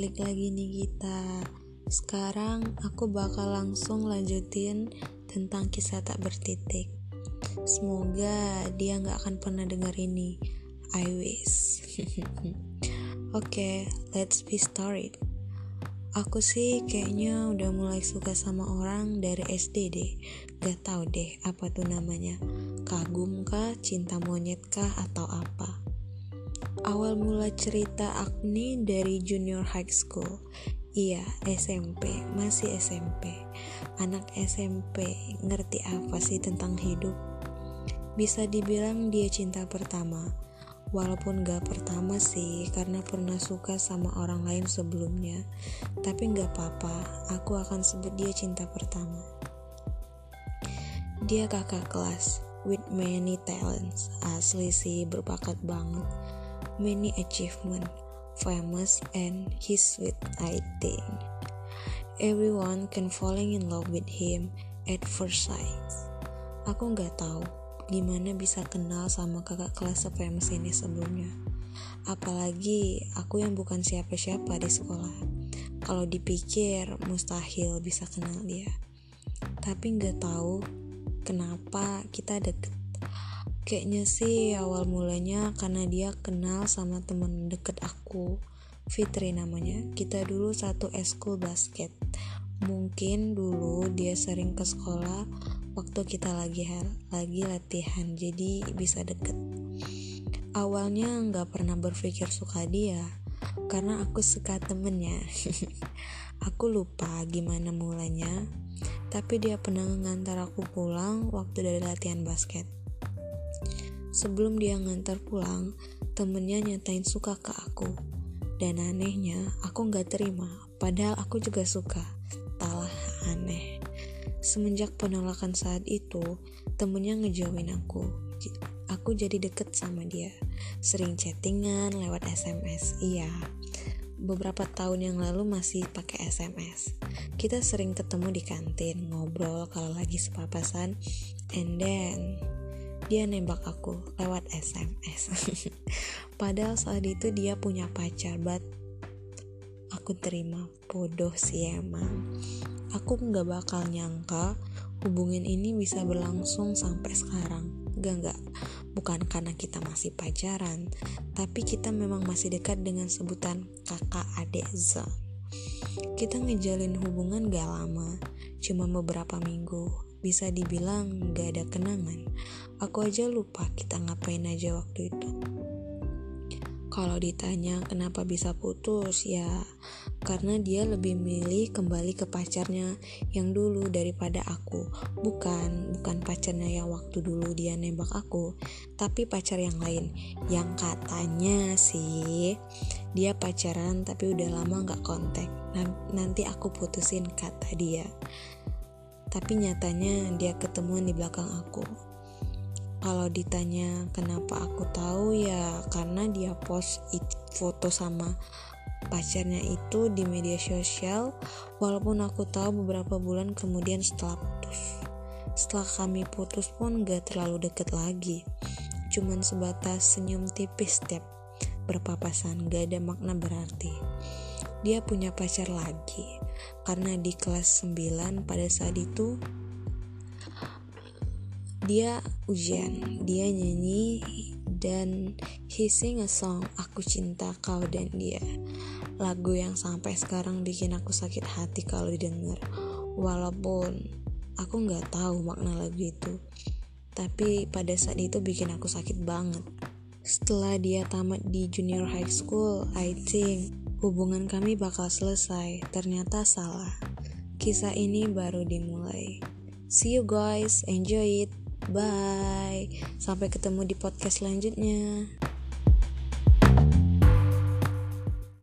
balik lagi nih kita. Sekarang aku bakal langsung lanjutin tentang kisah tak bertitik. Semoga dia gak akan pernah dengar ini. I wish. Oke, let's be started. Aku sih kayaknya udah mulai suka sama orang dari SD deh. Gak tahu deh apa tuh namanya. Kagum kah, cinta monyet kah, atau apa. Awal mula cerita Agni dari junior high school. Iya, SMP, masih SMP. Anak SMP ngerti apa sih tentang hidup? Bisa dibilang dia cinta pertama. Walaupun gak pertama sih, karena pernah suka sama orang lain sebelumnya. Tapi gak apa-apa, aku akan sebut dia cinta pertama. Dia kakak kelas, with many talents. Asli sih, berbakat banget. Many achievement, famous, and he's sweet, I think. Everyone can falling in love with him at first sight. Aku gak tahu gimana bisa kenal sama kakak kelas se-famous ini sebelumnya. Apalagi aku yang bukan siapa-siapa di sekolah. Kalau dipikir mustahil bisa kenal dia. Tapi gak tahu kenapa kita deket. Kayaknya sih awal mulanya karena dia kenal sama temen deket aku, Fitri namanya. Kita dulu satu eskul basket. Mungkin dulu dia sering ke sekolah waktu kita lagi latihan, jadi bisa deket. Awalnya gak pernah berpikir suka dia, karena aku suka temennya. Aku lupa gimana mulanya, tapi dia pernah ngantar aku pulang waktu dari latihan basket. Sebelum dia ngantar pulang, temennya nyatain suka ke aku. Dan anehnya, aku gak terima, padahal aku juga suka. Talah aneh. Semenjak penolakan saat itu, temennya ngejauhin aku. Aku jadi deket sama dia. Sering chattingan lewat SMS. Iya, beberapa tahun yang lalu masih pakai SMS. Kita sering ketemu di kantin, ngobrol kalau lagi sepapasan. And then dia nembak aku lewat SMS. Padahal saat itu dia punya pacar, but aku terima. Bodoh sih emang. Aku gak bakal nyangka hubungan ini bisa berlangsung sampai sekarang. Gak. Bukan karena kita masih pacaran, tapi kita memang masih dekat dengan sebutan kakak adik zone. Kita ngejalin hubungan gak lama, cuma beberapa minggu. Bisa dibilang gak ada kenangan. Aku aja lupa kita ngapain aja waktu itu. Kalau ditanya kenapa bisa putus, ya karena dia lebih milih kembali ke pacarnya yang dulu daripada aku. Bukan pacarnya yang waktu dulu dia nembak aku, tapi pacar yang lain. Yang katanya sih dia pacaran tapi udah lama gak kontak. Nanti aku putusin, kata dia. Tapi nyatanya dia ketemuan di belakang aku. Kalau ditanya kenapa aku tahu, ya karena dia post foto sama pacarnya itu di media sosial. Walaupun aku tahu beberapa bulan kemudian setelah putus. Setelah kami putus pun gak terlalu deket lagi. Cuman sebatas senyum tipis setiap berpapasan, gak ada makna berarti. Dia punya pacar lagi, karena di kelas 9 pada saat itu dia ujian, dia nyanyi dan he sing a song, Aku Cinta Kau dan Dia. Lagu yang sampai sekarang bikin aku sakit hati kalau didengar. Walaupun aku gak tahu makna lagu itu, tapi pada saat itu bikin aku sakit banget. Setelah dia tamat di junior high school, I think hubungan kami bakal selesai. Ternyata salah. Kisah ini baru dimulai. See you guys, enjoy it. Bye. Sampai ketemu di podcast selanjutnya.